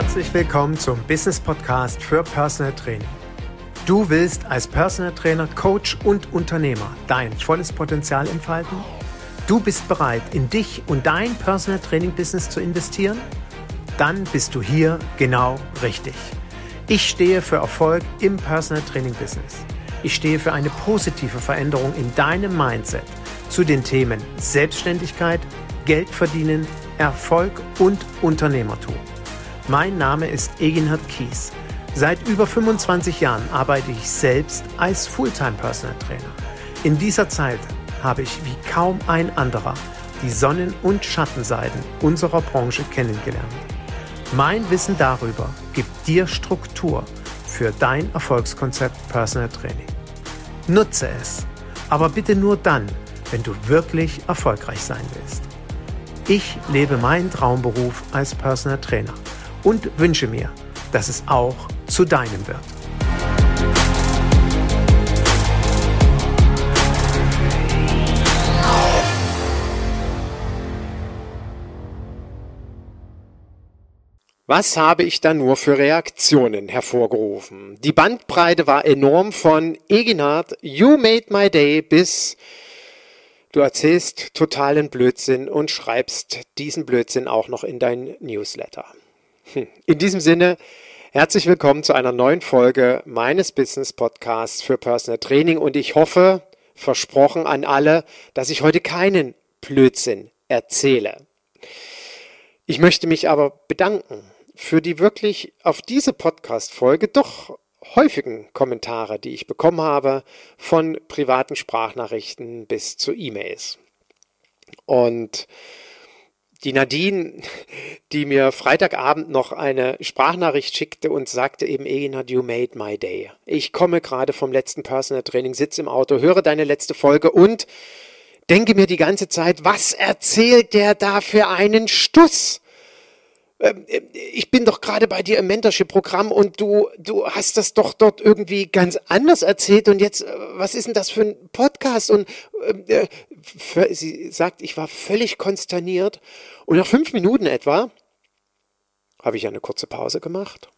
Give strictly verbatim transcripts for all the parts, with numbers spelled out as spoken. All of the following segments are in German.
Herzlich willkommen zum Business Podcast für Personal Training. Du willst als Personal Trainer, Coach und Unternehmer dein volles Potenzial entfalten? Du bist bereit, in dich und dein Personal Training Business zu investieren? Dann bist du hier genau richtig. Ich stehe für Erfolg im Personal Training Business. Ich stehe für eine positive Veränderung in deinem Mindset zu den Themen Selbstständigkeit, Geld verdienen, Erfolg und Unternehmertum. Mein Name ist Eginhard Kies. Seit über fünfundzwanzig Jahren arbeite ich selbst als Fulltime-Personal Trainer. In dieser Zeit habe ich wie kaum ein anderer die Sonnen- und Schattenseiten unserer Branche kennengelernt. Mein Wissen darüber gibt dir Struktur für dein Erfolgskonzept Personal Training. Nutze es, aber bitte nur dann, wenn du wirklich erfolgreich sein willst. Ich lebe meinen Traumberuf als Personal Trainer und wünsche mir, dass es auch zu deinem wird. Was habe ich da nur für Reaktionen hervorgerufen? Die Bandbreite war enorm von Eginhard, you made my day, bis du erzählst totalen Blödsinn und schreibst diesen Blödsinn auch noch in dein Newsletter. In diesem Sinne, herzlich willkommen zu einer neuen Folge meines Business Podcasts für Personal Training und ich hoffe, versprochen an alle, dass ich heute keinen Blödsinn erzähle. Ich möchte mich aber bedanken für die wirklich auf diese Podcast-Folge doch häufigen Kommentare, die ich bekommen habe, von privaten Sprachnachrichten bis zu E-Mails. Und die Nadine, die mir Freitagabend noch eine Sprachnachricht schickte und sagte eben, Eginhard, you made my day. Ich komme gerade vom letzten Personal Training, sitze im Auto, höre deine letzte Folge und denke mir die ganze Zeit, was erzählt der da für einen Stuss? Ich bin doch gerade bei dir im Mentorship-Programm und du, du hast das doch dort irgendwie ganz anders erzählt und jetzt, was ist denn das für ein Podcast? Und äh, für, sie sagt, ich war völlig konsterniert und nach fünf Minuten etwa habe ich eine kurze Pause gemacht,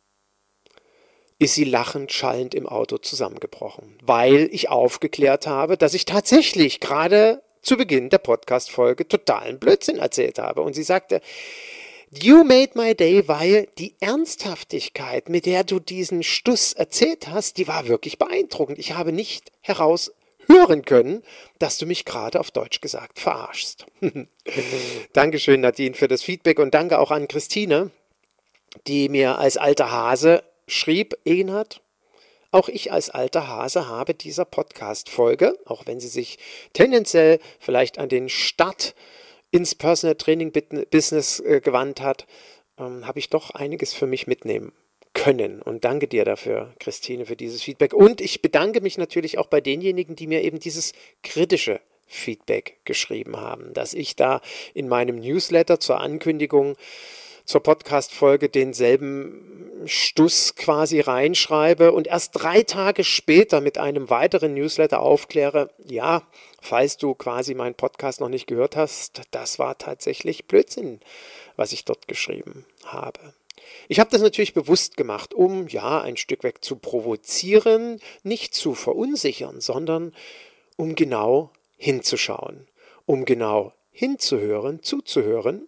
ist sie lachend, schallend im Auto zusammengebrochen, weil ich aufgeklärt habe, dass ich tatsächlich gerade zu Beginn der Podcast-Folge totalen Blödsinn erzählt habe und sie sagte, you made my day, weil die Ernsthaftigkeit, mit der du diesen Stuss erzählt hast, die war wirklich beeindruckend. Ich habe nicht heraushören können, dass du mich gerade auf Deutsch gesagt verarschst. Dankeschön, Nadine, für das Feedback und danke auch an Christine, die mir als alter Hase schrieb, Eginhard, auch ich als alter Hase habe dieser Podcast-Folge, auch wenn sie sich tendenziell vielleicht an den Start ins Personal Training Business äh, gewandt hat, ähm, habe ich doch einiges für mich mitnehmen können. Und danke dir dafür, Christine, für dieses Feedback. Und ich bedanke mich natürlich auch bei denjenigen, die mir eben dieses kritische Feedback geschrieben haben, dass ich da in meinem Newsletter zur Ankündigung zur Podcast-Folge denselben Stuss quasi reinschreibe und erst drei Tage später mit einem weiteren Newsletter aufkläre, ja, falls du quasi meinen Podcast noch nicht gehört hast, das war tatsächlich Blödsinn, was ich dort geschrieben habe. Ich habe das natürlich bewusst gemacht, um ja ein Stück weg zu provozieren, nicht zu verunsichern, sondern um genau hinzuschauen, um genau hinzuhören, zuzuhören.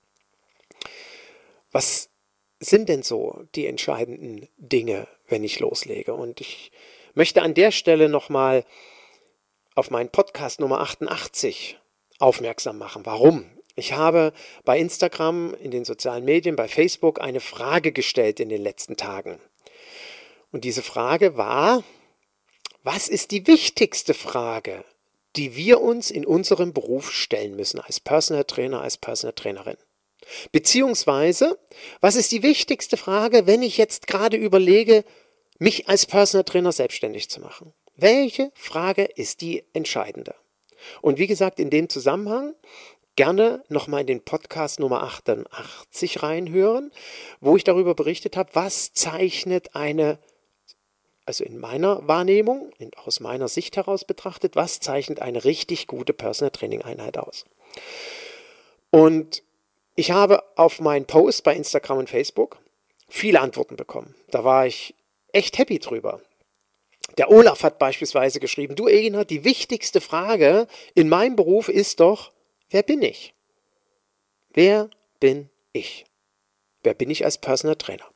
Was sind denn so die entscheidenden Dinge, wenn ich loslege? Und ich möchte an der Stelle nochmal auf meinen Podcast Nummer achtundachtzig aufmerksam machen. Warum? Ich habe bei Instagram, in den sozialen Medien, bei Facebook eine Frage gestellt in den letzten Tagen. Und diese Frage war, was ist die wichtigste Frage, die wir uns in unserem Beruf stellen müssen, als Personal Trainer, als Personal Trainerin? Beziehungsweise, was ist die wichtigste Frage, wenn ich jetzt gerade überlege, mich als Personal Trainer selbstständig zu machen? Welche Frage ist die entscheidende? Und wie gesagt, in dem Zusammenhang gerne nochmal in den Podcast Nummer achtundachtzig reinhören, wo ich darüber berichtet habe, was zeichnet eine, also in meiner Wahrnehmung, aus meiner Sicht heraus betrachtet, was zeichnet eine richtig gute Personal Training Einheit aus? Und ich habe auf meinen Post bei Instagram und Facebook viele Antworten bekommen. Da war ich echt happy drüber. Der Olaf hat beispielsweise geschrieben, du Egina, die wichtigste Frage in meinem Beruf ist doch, wer bin ich? Wer bin ich? Wer bin ich als Personal Trainer?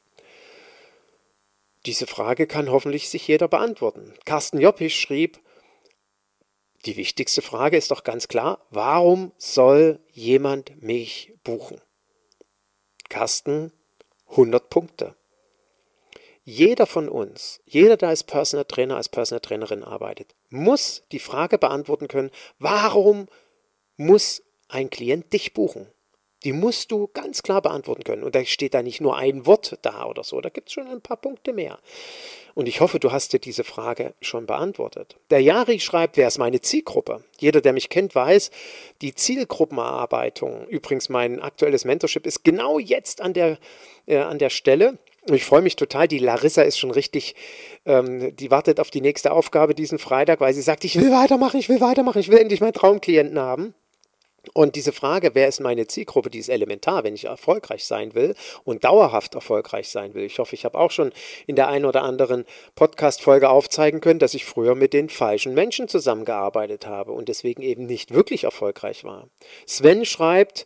Diese Frage kann hoffentlich sich jeder beantworten. Carsten Joppisch schrieb, die wichtigste Frage ist doch ganz klar, warum soll jemand mich buchen? Carsten, hundert Punkte. Jeder von uns, jeder, der als Personal Trainer, als Personal Trainerin arbeitet, muss die Frage beantworten können, warum muss ein Klient dich buchen? Die musst du ganz klar beantworten können. Und da steht da nicht nur ein Wort da oder so, da gibt es schon ein paar Punkte mehr. Und ich hoffe, du hast dir diese Frage schon beantwortet. Der Jari schreibt, wer ist meine Zielgruppe? Jeder, der mich kennt, weiß, die Zielgruppenerarbeitung, übrigens mein aktuelles Mentorship, ist genau jetzt an der, äh, an der Stelle. Ich freue mich total, die Larissa ist schon richtig, ähm, die wartet auf die nächste Aufgabe diesen Freitag, weil sie sagt, ich will weitermachen, ich will weitermachen, ich will endlich meinen Traumklienten haben. Und diese Frage, wer ist meine Zielgruppe, die ist elementar, wenn ich erfolgreich sein will und dauerhaft erfolgreich sein will. Ich hoffe, ich habe auch schon in der einen oder anderen Podcast-Folge aufzeigen können, dass ich früher mit den falschen Menschen zusammengearbeitet habe und deswegen eben nicht wirklich erfolgreich war. Sven schreibt,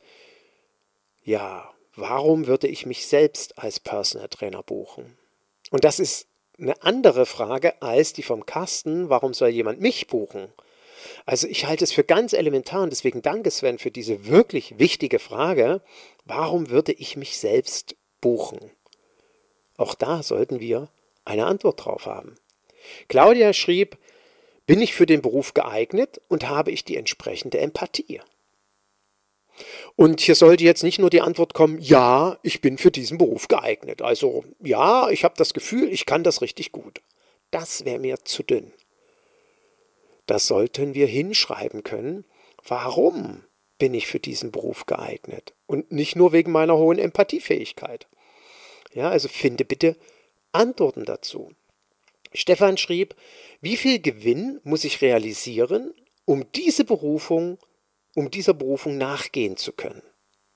ja, warum würde ich mich selbst als Personal Trainer buchen? Und das ist eine andere Frage als die vom Carsten, warum soll jemand mich buchen? Also ich halte es für ganz elementar und deswegen danke Sven für diese wirklich wichtige Frage, warum würde ich mich selbst buchen? Auch da sollten wir eine Antwort drauf haben. Claudia schrieb, bin ich für den Beruf geeignet und habe ich die entsprechende Empathie? Und hier sollte jetzt nicht nur die Antwort kommen, ja, ich bin für diesen Beruf geeignet. Also ja, ich habe das Gefühl, ich kann das richtig gut. Das wäre mir zu dünn. Das sollten wir hinschreiben können, warum bin ich für diesen Beruf geeignet? Und nicht nur wegen meiner hohen Empathiefähigkeit. Ja, also finde bitte Antworten dazu. Stefan schrieb, wie viel Gewinn muss ich realisieren, um diese Berufung, um dieser Berufung nachgehen zu können?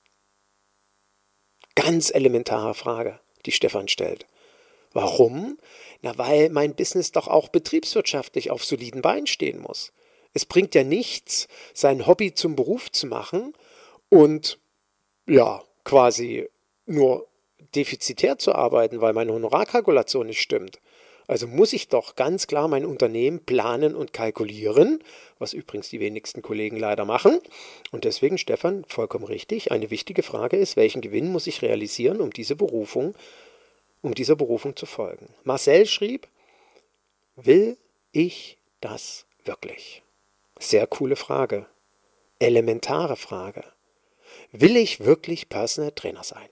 Ganz elementare Frage, die Stefan stellt. Warum? Na, weil mein Business doch auch betriebswirtschaftlich auf soliden Beinen stehen muss. Es bringt ja nichts, sein Hobby zum Beruf zu machen und ja, quasi nur defizitär zu arbeiten, weil meine Honorarkalkulation nicht stimmt. Also muss ich doch ganz klar mein Unternehmen planen und kalkulieren, was übrigens die wenigsten Kollegen leider machen. Und deswegen, Stefan, vollkommen richtig, eine wichtige Frage ist, welchen Gewinn muss ich realisieren, um diese Berufung um dieser Berufung zu folgen. Marcel schrieb, will ich das wirklich? Sehr coole Frage. Elementare Frage. Will ich wirklich Personal Trainer sein?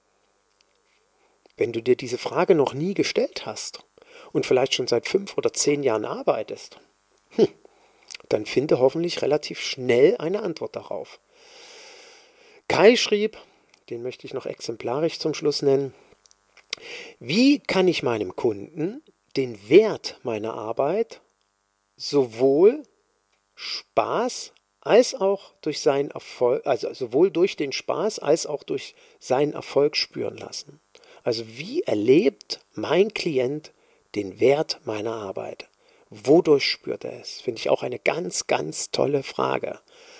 Wenn du dir diese Frage noch nie gestellt hast und vielleicht schon seit fünf oder zehn Jahren arbeitest, hm, dann finde hoffentlich relativ schnell eine Antwort darauf. Kai schrieb, den möchte ich noch exemplarisch zum Schluss nennen, wie kann ich meinem Kunden den Wert meiner Arbeit sowohl Spaß als auch durch seinen Erfolg, also sowohl durch den Spaß als auch durch seinen Erfolg spüren lassen? Also wie erlebt mein Klient den Wert meiner Arbeit? Wodurch spürt er es? Finde ich auch eine ganz, ganz tolle Frage.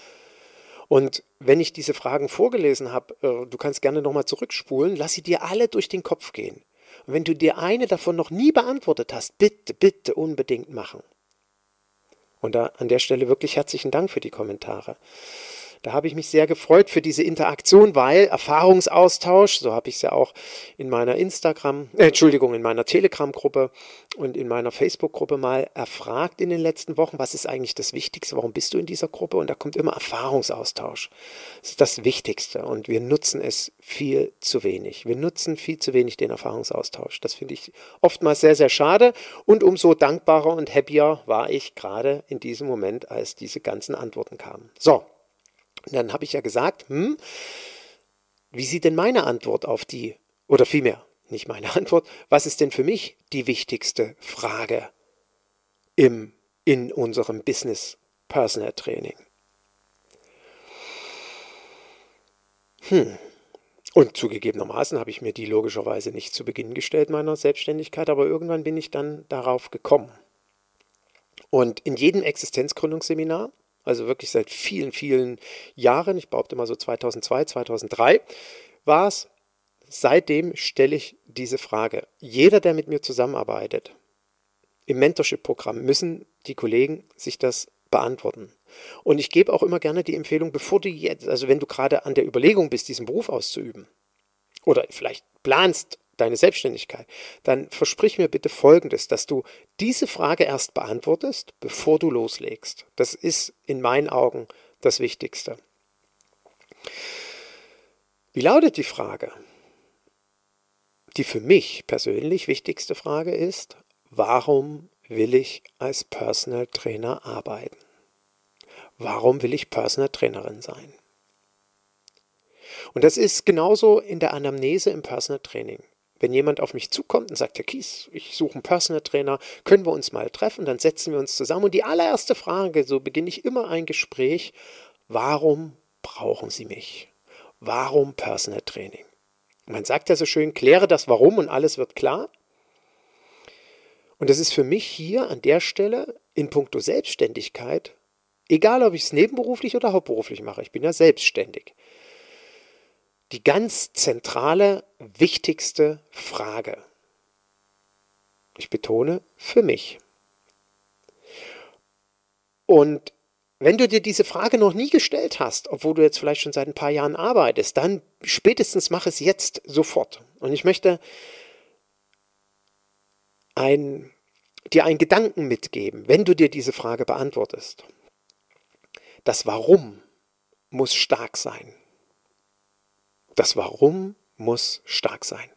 Und wenn ich diese Fragen vorgelesen habe, du kannst gerne nochmal zurückspulen, lass sie dir alle durch den Kopf gehen. Und wenn du dir eine davon noch nie beantwortet hast, bitte, bitte unbedingt machen. Und da an der Stelle wirklich herzlichen Dank für die Kommentare. Da habe ich mich sehr gefreut für diese Interaktion, weil Erfahrungsaustausch, so habe ich es ja auch in meiner Instagram, äh, Entschuldigung, in meiner Telegram-Gruppe und in meiner Facebook-Gruppe mal erfragt in den letzten Wochen, was ist eigentlich das Wichtigste, warum bist du in dieser Gruppe? Und da kommt immer Erfahrungsaustausch. Das ist das Wichtigste und wir nutzen es viel zu wenig. Wir nutzen viel zu wenig den Erfahrungsaustausch. Das finde ich oftmals sehr, sehr schade und umso dankbarer und happier war ich gerade in diesem Moment, als diese ganzen Antworten kamen. So. Und dann habe ich ja gesagt, hm, wie sieht denn meine Antwort auf die, oder vielmehr, nicht meine Antwort, was ist denn für mich die wichtigste Frage im, in unserem Business Personal Training? Hm. Und zugegebenermaßen habe ich mir die logischerweise nicht zu Beginn gestellt meiner Selbstständigkeit, aber irgendwann bin ich dann darauf gekommen. Und in jedem Existenzgründungsseminar, also wirklich seit vielen, vielen Jahren, ich behaupte mal so zweitausendzwei, zweitausenddrei, war es, seitdem stelle ich diese Frage. Jeder, der mit mir zusammenarbeitet, im Mentorship-Programm müssen die Kollegen sich das beantworten. Und ich gebe auch immer gerne die Empfehlung, bevor du jetzt, also wenn du gerade an der Überlegung bist, diesen Beruf auszuüben oder vielleicht planst deine Selbstständigkeit, dann versprich mir bitte Folgendes, dass du diese Frage erst beantwortest, bevor du loslegst. Das ist in meinen Augen das Wichtigste. Wie lautet die Frage? Die für mich persönlich wichtigste Frage ist, warum will ich als Personal Trainer arbeiten? Warum will ich Personal Trainerin sein? Und das ist genauso in der Anamnese im Personal Training. Wenn jemand auf mich zukommt und sagt, Herr Kies, ich suche einen Personal Trainer, können wir uns mal treffen? Dann setzen wir uns zusammen. Und die allererste Frage, so beginne ich immer ein Gespräch, warum brauchen Sie mich? Warum Personal Training? Man sagt ja so schön, kläre das Warum und alles wird klar. Und das ist für mich hier an der Stelle in puncto Selbstständigkeit, egal ob ich es nebenberuflich oder hauptberuflich mache, ich bin ja selbstständig, die ganz zentrale, wichtigste Frage. Ich betone, für mich. Und wenn du dir diese Frage noch nie gestellt hast, obwohl du jetzt vielleicht schon seit ein paar Jahren arbeitest, dann spätestens mach es jetzt sofort. Und ich möchte ein, dir einen Gedanken mitgeben, wenn du dir diese Frage beantwortest. Das Warum muss stark sein. Das Warum muss stark sein.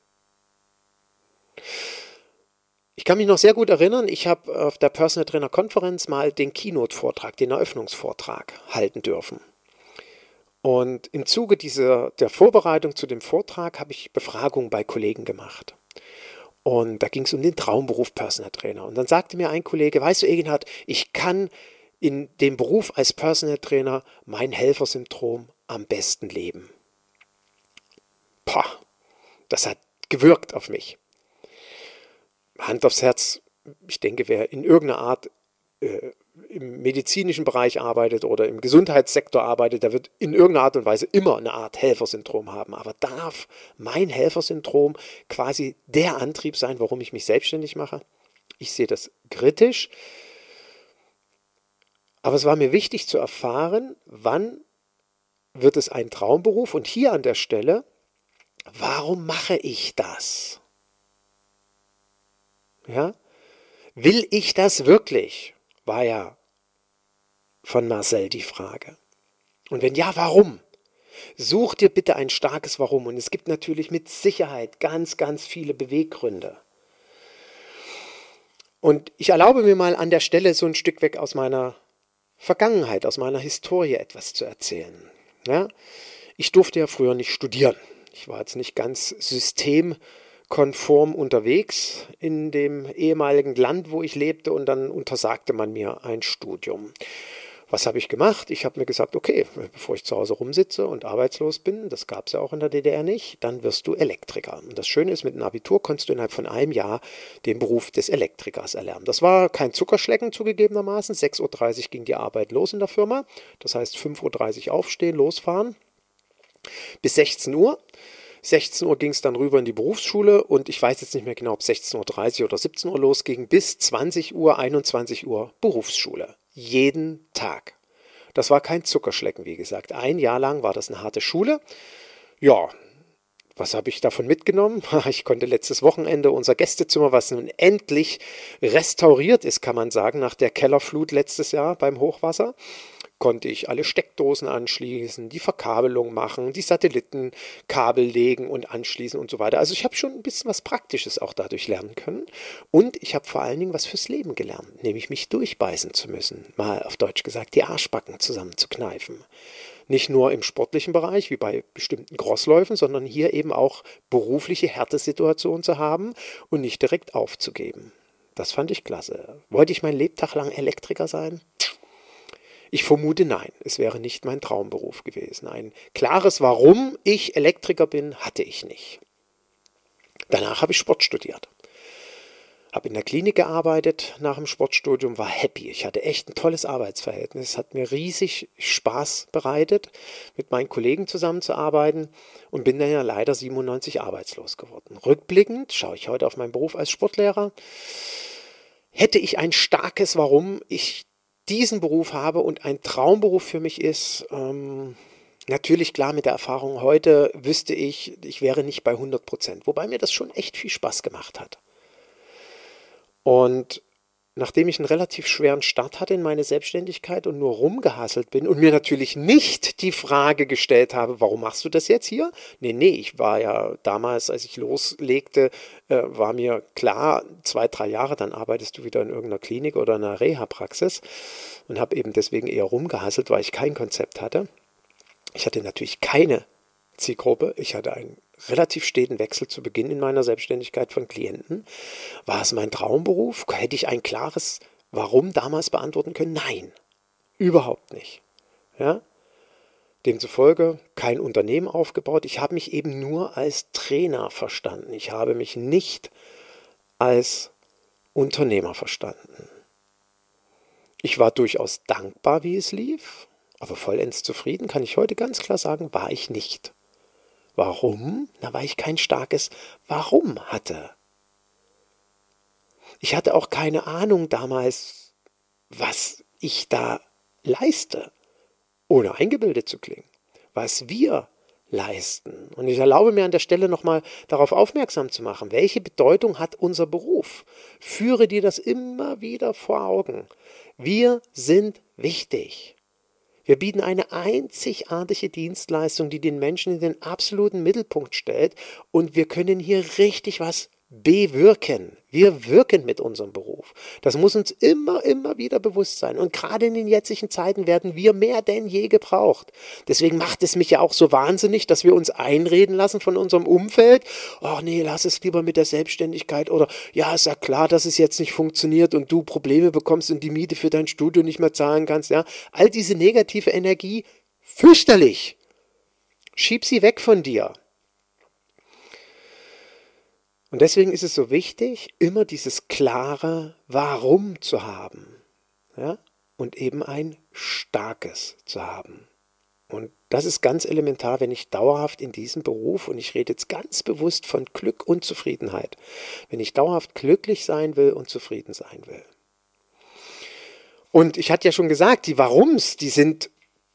Ich kann mich noch sehr gut erinnern, ich habe auf der Personal Trainer Konferenz mal den Keynote-Vortrag, den Eröffnungsvortrag halten dürfen. Und im Zuge dieser, der Vorbereitung zu dem Vortrag habe ich Befragungen bei Kollegen gemacht. Und da ging es um den Traumberuf Personal Trainer. Und dann sagte mir ein Kollege, weißt du, Eginhard, ich kann in dem Beruf als Personal Trainer mein Helfersyndrom am besten leben. Pah, das hat gewirkt auf mich. Hand aufs Herz, ich denke, wer in irgendeiner Art äh, im medizinischen Bereich arbeitet oder im Gesundheitssektor arbeitet, der wird in irgendeiner Art und Weise immer eine Art Helfersyndrom haben. Aber darf mein Helfersyndrom quasi der Antrieb sein, warum ich mich selbstständig mache? Ich sehe das kritisch. Aber es war mir wichtig zu erfahren, wann wird es ein Traumberuf? Und hier an der Stelle, warum mache ich das? Ja? Will ich das wirklich? War ja von Marcel die Frage. Und wenn ja, warum? Such dir bitte ein starkes Warum. Und es gibt natürlich mit Sicherheit ganz, ganz viele Beweggründe. Und ich erlaube mir mal an der Stelle so ein Stück weg aus meiner Vergangenheit, aus meiner Historie etwas zu erzählen. Ja? Ich durfte ja früher nicht studieren. Ich war jetzt nicht ganz systemkonform unterwegs in dem ehemaligen Land, wo ich lebte, und dann untersagte man mir ein Studium. Was habe ich gemacht? Ich habe mir gesagt, okay, bevor ich zu Hause rumsitze und arbeitslos bin, das gab es ja auch in der D D R nicht, dann wirst du Elektriker. Und das Schöne ist, mit einem Abitur konntest du innerhalb von einem Jahr den Beruf des Elektrikers erlernen. Das war kein Zuckerschlecken zugegebenermaßen. sechs Uhr dreißig ging die Arbeit los in der Firma. Das heißt fünf Uhr dreißig aufstehen, losfahren. Bis sechzehn Uhr. sechzehn Uhr ging es dann rüber in die Berufsschule und ich weiß jetzt nicht mehr genau, ob sechzehn Uhr dreißig oder siebzehn Uhr losging, bis zwanzig Uhr, einundzwanzig Uhr Berufsschule. Jeden Tag. Das war kein Zuckerschlecken, wie gesagt. Ein Jahr lang war das eine harte Schule. Ja, was habe ich davon mitgenommen? Ich konnte letztes Wochenende unser Gästezimmer, was nun endlich restauriert ist, kann man sagen, nach der Kellerflut letztes Jahr beim Hochwasser, konnte ich alle Steckdosen anschließen, die Verkabelung machen, die Satellitenkabel legen und anschließen und so weiter. Also ich habe schon ein bisschen was Praktisches auch dadurch lernen können. Und ich habe vor allen Dingen was fürs Leben gelernt, nämlich mich durchbeißen zu müssen. Mal auf Deutsch gesagt, die Arschbacken zusammenzukneifen. Nicht nur im sportlichen Bereich, wie bei bestimmten Crossläufen, sondern hier eben auch berufliche Härtesituationen zu haben und nicht direkt aufzugeben. Das fand ich klasse. Wollte ich mein Lebtag lang Elektriker sein? Ich vermute nein, es wäre nicht mein Traumberuf gewesen. Ein klares Warum ich Elektriker bin, hatte ich nicht. Danach habe ich Sport studiert. Habe in der Klinik gearbeitet nach dem Sportstudium, war happy. Ich hatte echt ein tolles Arbeitsverhältnis. Es hat mir riesig Spaß bereitet, mit meinen Kollegen zusammenzuarbeiten und bin dann ja leider siebenundneunzig arbeitslos geworden. Rückblickend schaue ich heute auf meinen Beruf als Sportlehrer. Hätte ich ein starkes Warum ich diesen Beruf habe und ein Traumberuf für mich ist, ähm, natürlich klar mit der Erfahrung heute wüsste ich, ich wäre nicht bei hundert Prozent, wobei mir das schon echt viel Spaß gemacht hat. Und nachdem ich einen relativ schweren Start hatte in meine Selbstständigkeit und nur rumgehasselt bin und mir natürlich nicht die Frage gestellt habe, warum machst du das jetzt hier? Nee, nee, ich war ja damals, als ich loslegte, äh, war mir klar, zwei, drei Jahre, dann arbeitest du wieder in irgendeiner Klinik oder in einer Reha-Praxis und habe eben deswegen eher rumgehasselt, weil ich kein Konzept hatte. Ich hatte natürlich keine Zielgruppe, ich hatte einen relativ steten Wechsel zu Beginn in meiner Selbstständigkeit von Klienten. War es mein Traumberuf? Hätte ich ein klares Warum damals beantworten können? Nein, überhaupt nicht. Ja? Demzufolge kein Unternehmen aufgebaut. Ich habe mich eben nur als Trainer verstanden. Ich habe mich nicht als Unternehmer verstanden. Ich war durchaus dankbar, wie es lief, aber vollends zufrieden, kann ich heute ganz klar sagen, war ich nicht. Warum? Na, weil ich kein starkes Warum hatte. Ich hatte auch keine Ahnung damals, was ich da leiste, ohne eingebildet zu klingen, was wir leisten. Und ich erlaube mir an der Stelle nochmal darauf aufmerksam zu machen, welche Bedeutung hat unser Beruf? Führe dir das immer wieder vor Augen. Wir sind wichtig. Wir bieten eine einzigartige Dienstleistung, die den Menschen in den absoluten Mittelpunkt stellt und wir können hier richtig was bewirken. Wir wirken mit unserem Beruf. Das muss uns immer, immer wieder bewusst sein. Und gerade in den jetzigen Zeiten werden wir mehr denn je gebraucht. Deswegen macht es mich ja auch so wahnsinnig, dass wir uns einreden lassen von unserem Umfeld. Ach nee, lass es lieber mit der Selbstständigkeit. Oder ja, ist ja klar, dass es jetzt nicht funktioniert und du Probleme bekommst und die Miete für dein Studio nicht mehr zahlen kannst. Ja, all diese negative Energie, fürchterlich. Schieb sie weg von dir. Und deswegen ist es so wichtig, immer dieses klare Warum zu haben, ja? Und eben ein starkes zu haben. Und das ist ganz elementar, wenn ich dauerhaft in diesem Beruf, und ich rede jetzt ganz bewusst von Glück und Zufriedenheit, wenn ich dauerhaft glücklich sein will und zufrieden sein will. Und ich hatte ja schon gesagt, die Warums, die sind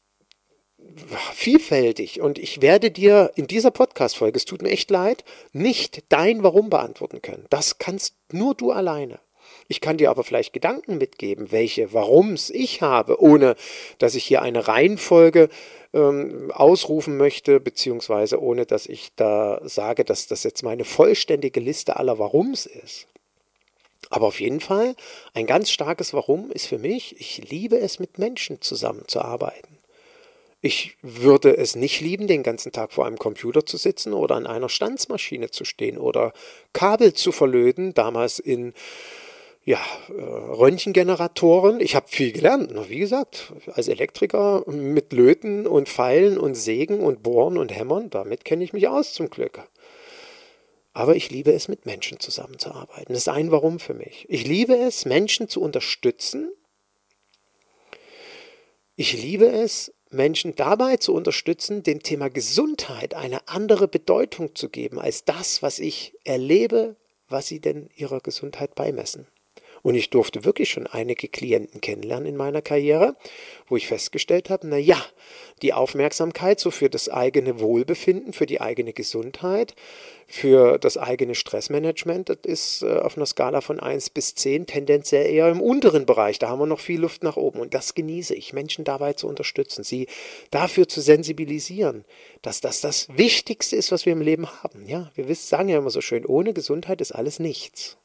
vielfältig und ich werde dir in dieser Podcast-Folge, es tut mir echt leid, nicht dein Warum beantworten können. Das kannst nur du alleine. Ich kann dir aber vielleicht Gedanken mitgeben, welche Warums ich habe, ohne dass ich hier eine Reihenfolge ähm, ausrufen möchte, beziehungsweise ohne dass ich da sage, dass das jetzt meine vollständige Liste aller Warums ist. Aber auf jeden Fall ein ganz starkes Warum ist für mich, ich liebe es, mit Menschen zusammenzuarbeiten. Ich würde es nicht lieben, den ganzen Tag vor einem Computer zu sitzen oder an einer Stanzmaschine zu stehen oder Kabel zu verlöten, damals in ja, Röntgengeneratoren. Ich habe viel gelernt, wie gesagt, als Elektriker mit Löten und Feilen und Sägen und Bohren und Hämmern, damit kenne ich mich aus zum Glück. Aber ich liebe es, mit Menschen zusammenzuarbeiten. Das ist ein Warum für mich. Ich liebe es, Menschen zu unterstützen. Ich liebe es, Menschen dabei zu unterstützen, dem Thema Gesundheit eine andere Bedeutung zu geben als das, was ich erlebe, was sie denn ihrer Gesundheit beimessen. Und ich durfte wirklich schon einige Klienten kennenlernen in meiner Karriere, wo ich festgestellt habe, na ja, die Aufmerksamkeit so für das eigene Wohlbefinden, für die eigene Gesundheit, für das eigene Stressmanagement, das ist auf einer Skala von eins bis zehn tendenziell eher im unteren Bereich. Da haben wir noch viel Luft nach oben. Und das genieße ich, Menschen dabei zu unterstützen, sie dafür zu sensibilisieren, dass das das Wichtigste ist, was wir im Leben haben. Ja, wir wissen, sagen ja immer so schön, ohne Gesundheit ist alles nichts.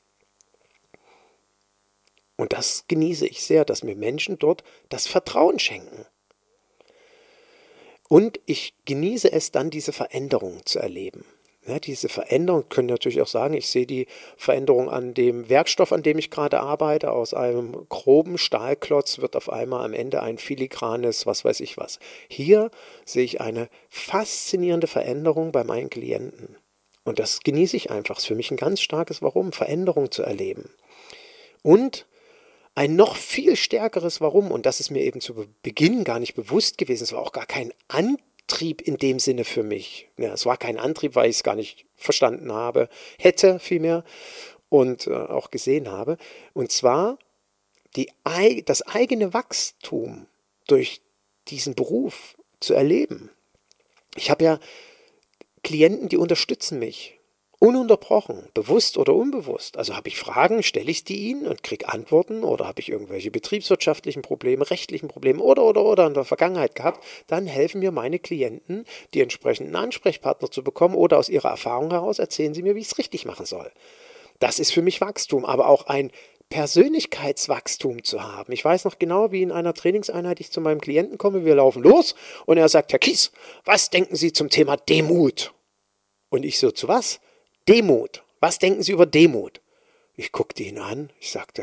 Und das genieße ich sehr, dass mir Menschen dort das Vertrauen schenken. Und ich genieße es dann, diese Veränderung zu erleben. Ja, diese Veränderung, können natürlich auch sagen, ich sehe die Veränderung an dem Werkstoff, an dem ich gerade arbeite. Aus einem groben Stahlklotz wird auf einmal am Ende ein filigranes, was weiß ich was. Hier sehe ich eine faszinierende Veränderung bei meinen Klienten. Und das genieße ich einfach. Das ist für mich ein ganz starkes Warum, Veränderung zu erleben. Und ein noch viel stärkeres Warum, und das ist mir eben zu Beginn gar nicht bewusst gewesen, es war auch gar kein Antrieb, Antrieb in dem Sinne für mich. Ja, es war kein Antrieb, weil ich es gar nicht verstanden habe, hätte vielmehr und äh, auch gesehen habe. Und zwar die, das eigene Wachstum durch diesen Beruf zu erleben. Ich habe ja Klienten, die unterstützen mich. Ununterbrochen, bewusst oder unbewusst. Also habe ich Fragen, stelle ich die ihnen und kriege Antworten, oder habe ich irgendwelche betriebswirtschaftlichen Probleme, rechtlichen Probleme oder, oder, oder in der Vergangenheit gehabt, dann helfen mir meine Klienten, die entsprechenden Ansprechpartner zu bekommen, oder aus ihrer Erfahrung heraus erzählen sie mir, wie ich es richtig machen soll. Das ist für mich Wachstum, aber auch ein Persönlichkeitswachstum zu haben. Ich weiß noch genau, wie in einer Trainingseinheit ich zu meinem Klienten komme, wir laufen los und er sagt, Herr Kies, was denken Sie zum Thema Demut? Und ich so, zu was? Demut. Was denken Sie über Demut? Ich guckte ihn an, ich sagte,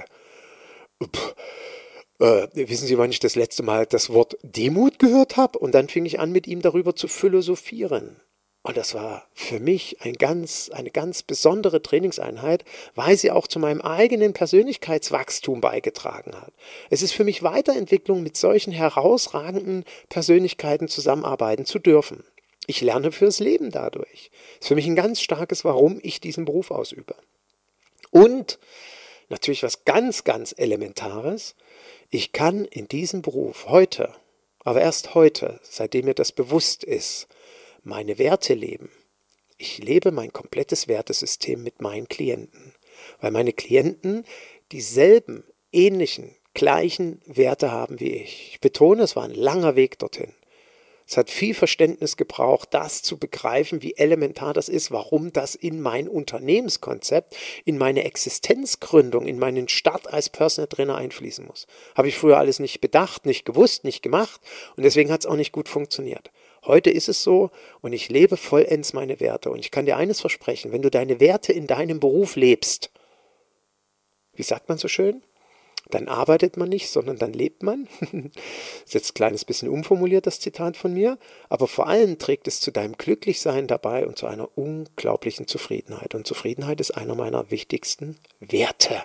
äh, wissen Sie, wann ich das letzte Mal das Wort Demut gehört habe? Und dann fing ich an, mit ihm darüber zu philosophieren. Und das war für mich ein ganz, eine ganz besondere Trainingseinheit, weil sie auch zu meinem eigenen Persönlichkeitswachstum beigetragen hat. Es ist für mich Weiterentwicklung, mit solchen herausragenden Persönlichkeiten zusammenarbeiten zu dürfen. Ich lerne fürs Leben dadurch. Das ist für mich ein ganz starkes, warum ich diesen Beruf ausübe. Und natürlich was ganz, ganz Elementares. Ich kann in diesem Beruf heute, aber erst heute, seitdem mir das bewusst ist, meine Werte leben. Ich lebe mein komplettes Wertesystem mit meinen Klienten, weil meine Klienten dieselben, ähnlichen, gleichen Werte haben wie ich. Ich betone, es war ein langer Weg dorthin. Es hat viel Verständnis gebraucht, das zu begreifen, wie elementar das ist, warum das in mein Unternehmenskonzept, in meine Existenzgründung, in meinen Start als Personal Trainer einfließen muss. Habe ich früher alles nicht bedacht, nicht gewusst, nicht gemacht und deswegen hat es auch nicht gut funktioniert. Heute ist es so und ich lebe vollends meine Werte. Und ich kann dir eines versprechen, wenn du deine Werte in deinem Beruf lebst, wie sagt man so schön? Dann arbeitet man nicht, sondern dann lebt man. Das ist jetzt ein kleines bisschen umformuliert, das Zitat von mir. Aber vor allem trägt es zu deinem Glücklichsein dabei und zu einer unglaublichen Zufriedenheit. Und Zufriedenheit ist einer meiner wichtigsten Werte.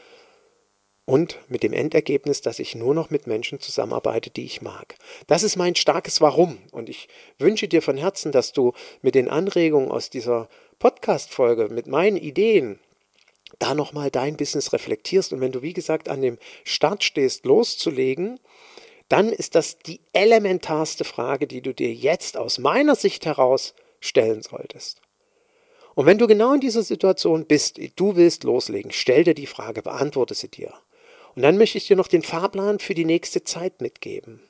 Und mit dem Endergebnis, dass ich nur noch mit Menschen zusammenarbeite, die ich mag. Das ist mein starkes Warum. Und ich wünsche dir von Herzen, dass du mit den Anregungen aus dieser Podcast-Folge, mit meinen Ideen, da nochmal dein Business reflektierst. Und wenn du, wie gesagt, an dem Start stehst, loszulegen, dann ist das die elementarste Frage, die du dir jetzt aus meiner Sicht heraus stellen solltest. Und wenn du genau in dieser Situation bist, du willst loslegen, stell dir die Frage, beantworte sie dir. Und dann möchte ich dir noch den Fahrplan für die nächste Zeit mitgeben.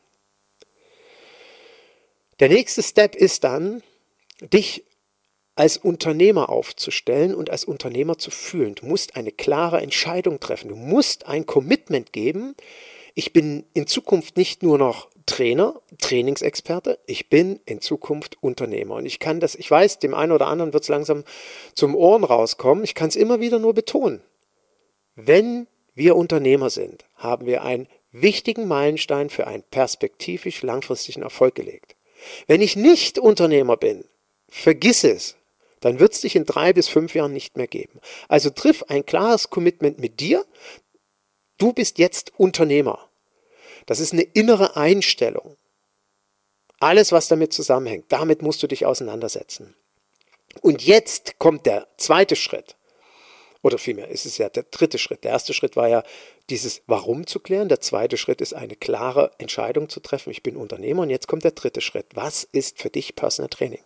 Der nächste Step ist dann, dich als Unternehmer aufzustellen und als Unternehmer zu fühlen. Du musst eine klare Entscheidung treffen. Du musst ein Commitment geben. Ich bin in Zukunft nicht nur noch Trainer, Trainingsexperte, ich bin in Zukunft Unternehmer. Und ich kann das, ich weiß, dem einen oder anderen wird es langsam zum Ohren rauskommen. Ich kann es immer wieder nur betonen. Wenn wir Unternehmer sind, haben wir einen wichtigen Meilenstein für einen perspektivisch langfristigen Erfolg gelegt. Wenn ich nicht Unternehmer bin, vergiss es. Dann wird es dich in drei bis fünf Jahren nicht mehr geben. Also triff ein klares Commitment mit dir. Du bist jetzt Unternehmer. Das ist eine innere Einstellung. Alles, was damit zusammenhängt, damit musst du dich auseinandersetzen. Und jetzt kommt der zweite Schritt. Oder vielmehr ist es ja der dritte Schritt. Der erste Schritt war ja, dieses Warum zu klären. Der zweite Schritt ist, eine klare Entscheidung zu treffen. Ich bin Unternehmer. Und jetzt kommt der dritte Schritt. Was ist für dich Personal Training?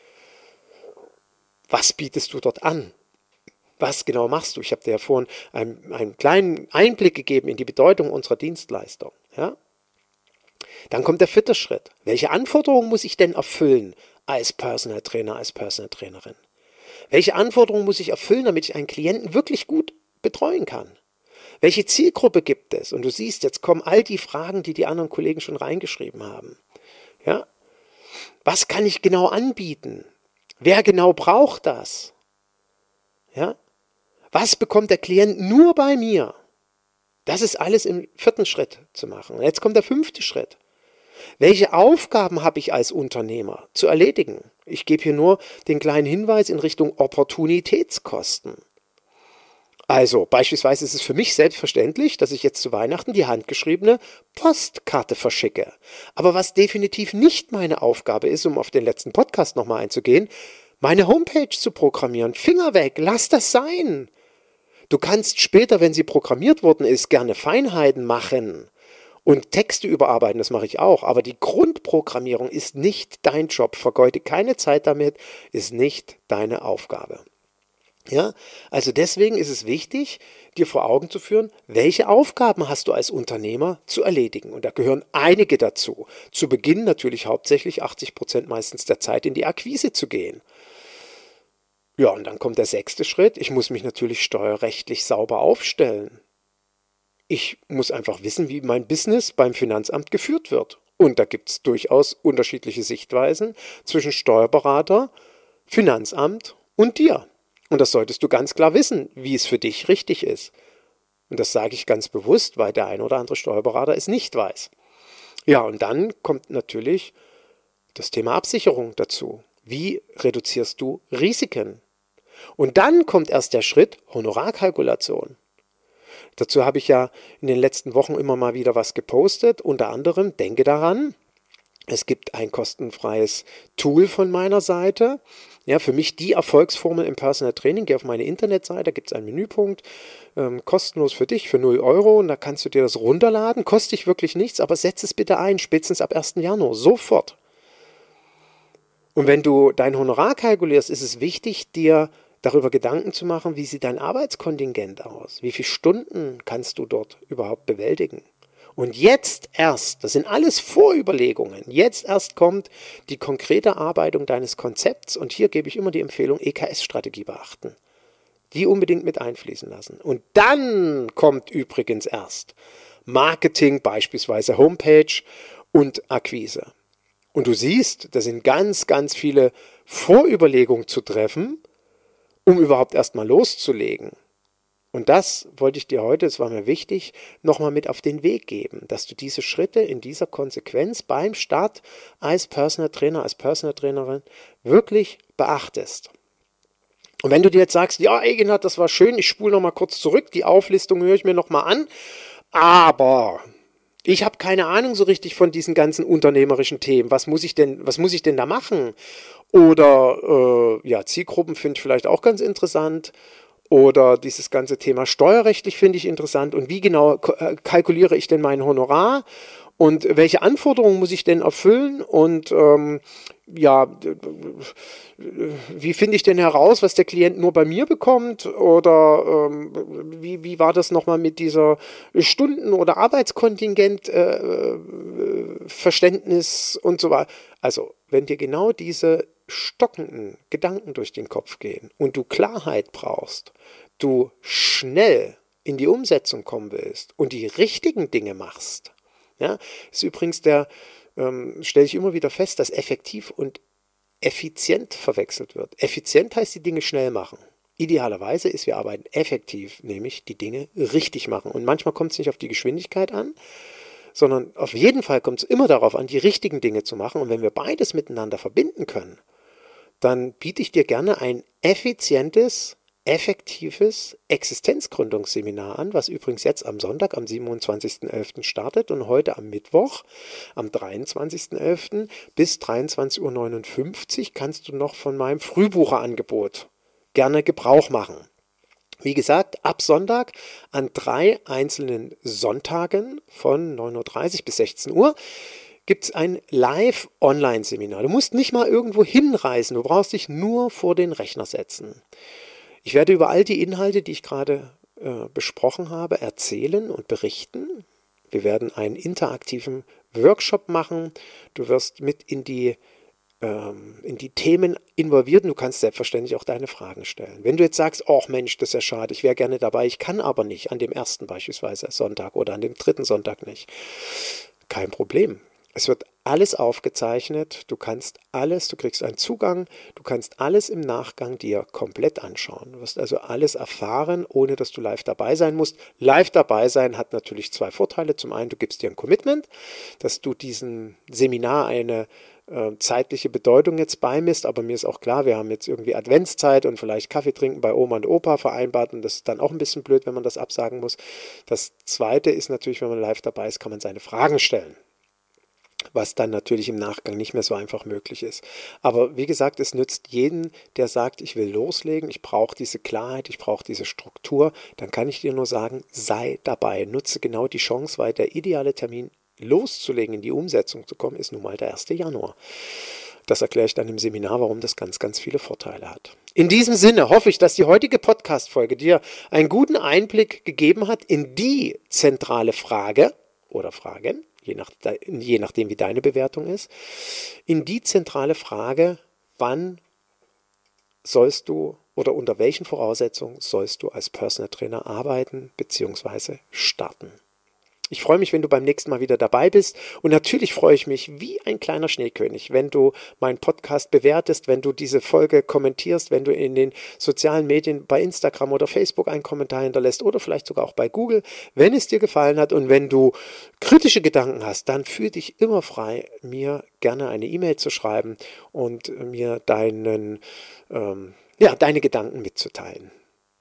Was bietest du dort an? Was genau machst du? Ich habe dir ja vorhin einen, einen kleinen Einblick gegeben in die Bedeutung unserer Dienstleistung. Ja? Dann kommt der vierte Schritt. Welche Anforderungen muss ich denn erfüllen als Personal Trainer, als Personal Trainerin? Welche Anforderungen muss ich erfüllen, damit ich einen Klienten wirklich gut betreuen kann? Welche Zielgruppe gibt es? Und du siehst, jetzt kommen all die Fragen, die die anderen Kollegen schon reingeschrieben haben. Ja? Was kann ich genau anbieten? Wer genau braucht das? Ja? Was bekommt der Klient nur bei mir? Das ist alles im vierten Schritt zu machen. Und jetzt kommt der fünfte Schritt. Welche Aufgaben habe ich als Unternehmer zu erledigen? Ich gebe hier nur den kleinen Hinweis in Richtung Opportunitätskosten. Also beispielsweise ist es für mich selbstverständlich, dass ich jetzt zu Weihnachten die handgeschriebene Postkarte verschicke. Aber was definitiv nicht meine Aufgabe ist, um auf den letzten Podcast nochmal einzugehen, meine Homepage zu programmieren. Finger weg, lass das sein. Du kannst später, wenn sie programmiert worden ist, gerne Feinheiten machen und Texte überarbeiten, das mache ich auch. Aber die Grundprogrammierung ist nicht dein Job. Vergeude keine Zeit damit, ist nicht deine Aufgabe. Ja, also deswegen ist es wichtig, dir vor Augen zu führen, welche Aufgaben hast du als Unternehmer zu erledigen. Und da gehören einige dazu. Zu Beginn natürlich hauptsächlich achtzig Prozent meistens der Zeit in die Akquise zu gehen. Ja, und dann kommt der sechste Schritt. Ich muss mich natürlich steuerrechtlich sauber aufstellen. Ich muss einfach wissen, wie mein Business beim Finanzamt geführt wird. Und da gibt es durchaus unterschiedliche Sichtweisen zwischen Steuerberater, Finanzamt und dir. Und das solltest du ganz klar wissen, wie es für dich richtig ist. Und das sage ich ganz bewusst, weil der ein oder andere Steuerberater es nicht weiß. Ja, und dann kommt natürlich das Thema Absicherung dazu. Wie reduzierst du Risiken? Und dann kommt erst der Schritt Honorarkalkulation. Dazu habe ich ja in den letzten Wochen immer mal wieder was gepostet. Unter anderem, denke daran, es gibt ein kostenfreies Tool von meiner Seite. Ja, für mich die Erfolgsformel im Personal Training. Geh auf meine Internetseite, da gibt es einen Menüpunkt, ähm, kostenlos für dich, für null Euro. Und da kannst du dir das runterladen. Kostet dich wirklich nichts, aber setz es bitte ein, spätestens ab ersten Januar, sofort. Und wenn du dein Honorar kalkulierst, ist es wichtig, dir darüber Gedanken zu machen, wie sieht dein Arbeitskontingent aus? Wie viele Stunden kannst du dort überhaupt bewältigen? Und jetzt erst, das sind alles Vorüberlegungen, jetzt erst kommt die konkrete Erarbeitung deines Konzepts und hier gebe ich immer die Empfehlung, E K S-Strategie beachten. Die unbedingt mit einfließen lassen. Und dann kommt übrigens erst Marketing, beispielsweise Homepage und Akquise. Und du siehst, da sind ganz, ganz viele Vorüberlegungen zu treffen, um überhaupt erstmal loszulegen. Und das wollte ich dir heute, es war mir wichtig, nochmal mit auf den Weg geben, dass du diese Schritte in dieser Konsequenz beim Start als Personal Trainer, als Personal Trainerin wirklich beachtest. Und wenn du dir jetzt sagst, ja, Eginhard, das war schön, ich spule nochmal kurz zurück, die Auflistung höre ich mir nochmal an, aber ich habe keine Ahnung so richtig von diesen ganzen unternehmerischen Themen. Was muss ich denn, was muss ich denn da machen? Oder äh, ja, Zielgruppen finde ich vielleicht auch ganz interessant. Oder dieses ganze Thema steuerrechtlich finde ich interessant. Und wie genau kalkuliere ich denn mein Honorar? Und welche Anforderungen muss ich denn erfüllen? Und ähm, ja, wie finde ich denn heraus, was der Klient nur bei mir bekommt? Oder ähm, wie, wie war das nochmal mit dieser Stunden- oder Arbeitskontingent-Verständnis äh, und so weiter? Also, wenn dir genau diese stockenden Gedanken durch den Kopf gehen und du Klarheit brauchst, du schnell in die Umsetzung kommen willst und die richtigen Dinge machst, ja, ist übrigens der, ähm, stelle ich immer wieder fest, dass effektiv und effizient verwechselt wird. Effizient heißt die Dinge schnell machen. Idealerweise ist, wir arbeiten effektiv, nämlich die Dinge richtig machen. Und manchmal kommt es nicht auf die Geschwindigkeit an, sondern auf jeden Fall kommt es immer darauf an, die richtigen Dinge zu machen. Und wenn wir beides miteinander verbinden können, dann biete ich dir gerne ein effizientes, effektives Existenzgründungsseminar an, was übrigens jetzt am Sonntag, am siebenundzwanzigsten elften startet und heute am Mittwoch, am dreiundzwanzigsten elften bis dreiundzwanzig Uhr neunundfünfzig kannst du noch von meinem Frühbucherangebot gerne Gebrauch machen. Wie gesagt, ab Sonntag an drei einzelnen Sonntagen von neun Uhr dreißig bis sechzehn Uhr gibt es ein Live-Online-Seminar. Du musst nicht mal irgendwo hinreisen, du brauchst dich nur vor den Rechner setzen. Ich werde über all die Inhalte, die ich gerade äh, besprochen habe, erzählen und berichten. Wir werden einen interaktiven Workshop machen. Du wirst mit in die, ähm, in die Themen involviert und du kannst selbstverständlich auch deine Fragen stellen. Wenn du jetzt sagst, oh Mensch, das ist ja schade, ich wäre gerne dabei, ich kann aber nicht, an dem ersten beispielsweise Sonntag oder an dem dritten Sonntag nicht. Kein Problem. Es wird alles aufgezeichnet, du kannst alles, du kriegst einen Zugang, du kannst alles im Nachgang dir komplett anschauen. Du wirst also alles erfahren, ohne dass du live dabei sein musst. Live dabei sein hat natürlich zwei Vorteile. Zum einen, du gibst dir ein Commitment, dass du diesem Seminar eine äh, zeitliche Bedeutung jetzt beimisst, aber mir ist auch klar, wir haben jetzt irgendwie Adventszeit und vielleicht Kaffee trinken bei Oma und Opa vereinbart und das ist dann auch ein bisschen blöd, wenn man das absagen muss. Das zweite ist natürlich, wenn man live dabei ist, kann man seine Fragen stellen, was dann natürlich im Nachgang nicht mehr so einfach möglich ist. Aber wie gesagt, es nützt jeden, der sagt, ich will loslegen, ich brauche diese Klarheit, ich brauche diese Struktur, dann kann ich dir nur sagen, sei dabei, nutze genau die Chance, weil der ideale Termin loszulegen, in die Umsetzung zu kommen, ist nun mal der erste Januar. Das erkläre ich dann im Seminar, warum das ganz, ganz viele Vorteile hat. In diesem Sinne hoffe ich, dass die heutige Podcast-Folge dir einen guten Einblick gegeben hat in die zentrale Frage oder Fragen, je, nach, je nachdem wie deine Bewertung ist, in die zentrale Frage, wann sollst du oder unter welchen Voraussetzungen sollst du als Personal Trainer arbeiten bzw. starten. Ich freue mich, wenn du beim nächsten Mal wieder dabei bist und natürlich freue ich mich wie ein kleiner Schneekönig, wenn du meinen Podcast bewertest, wenn du diese Folge kommentierst, wenn du in den sozialen Medien bei Instagram oder Facebook einen Kommentar hinterlässt oder vielleicht sogar auch bei Google, wenn es dir gefallen hat und wenn du kritische Gedanken hast, dann fühl dich immer frei, mir gerne eine E-Mail zu schreiben und mir deinen, ähm, ja, deine Gedanken mitzuteilen.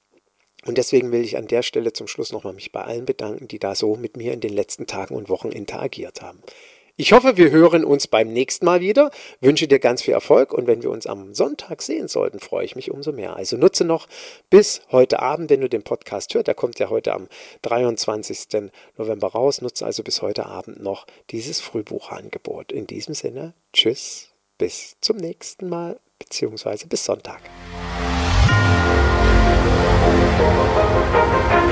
Und deswegen will ich an der Stelle zum Schluss nochmal mich bei allen bedanken, die da so mit mir in den letzten Tagen und Wochen interagiert haben. Ich hoffe, wir hören uns beim nächsten Mal wieder, wünsche dir ganz viel Erfolg und wenn wir uns am Sonntag sehen sollten, freue ich mich umso mehr. Also nutze noch bis heute Abend, wenn du den Podcast hörst, der kommt ja heute am dreiundzwanzigsten November raus, nutze also bis heute Abend noch dieses Frühbucherangebot. In diesem Sinne, tschüss, bis zum nächsten Mal, beziehungsweise bis Sonntag. Thank you.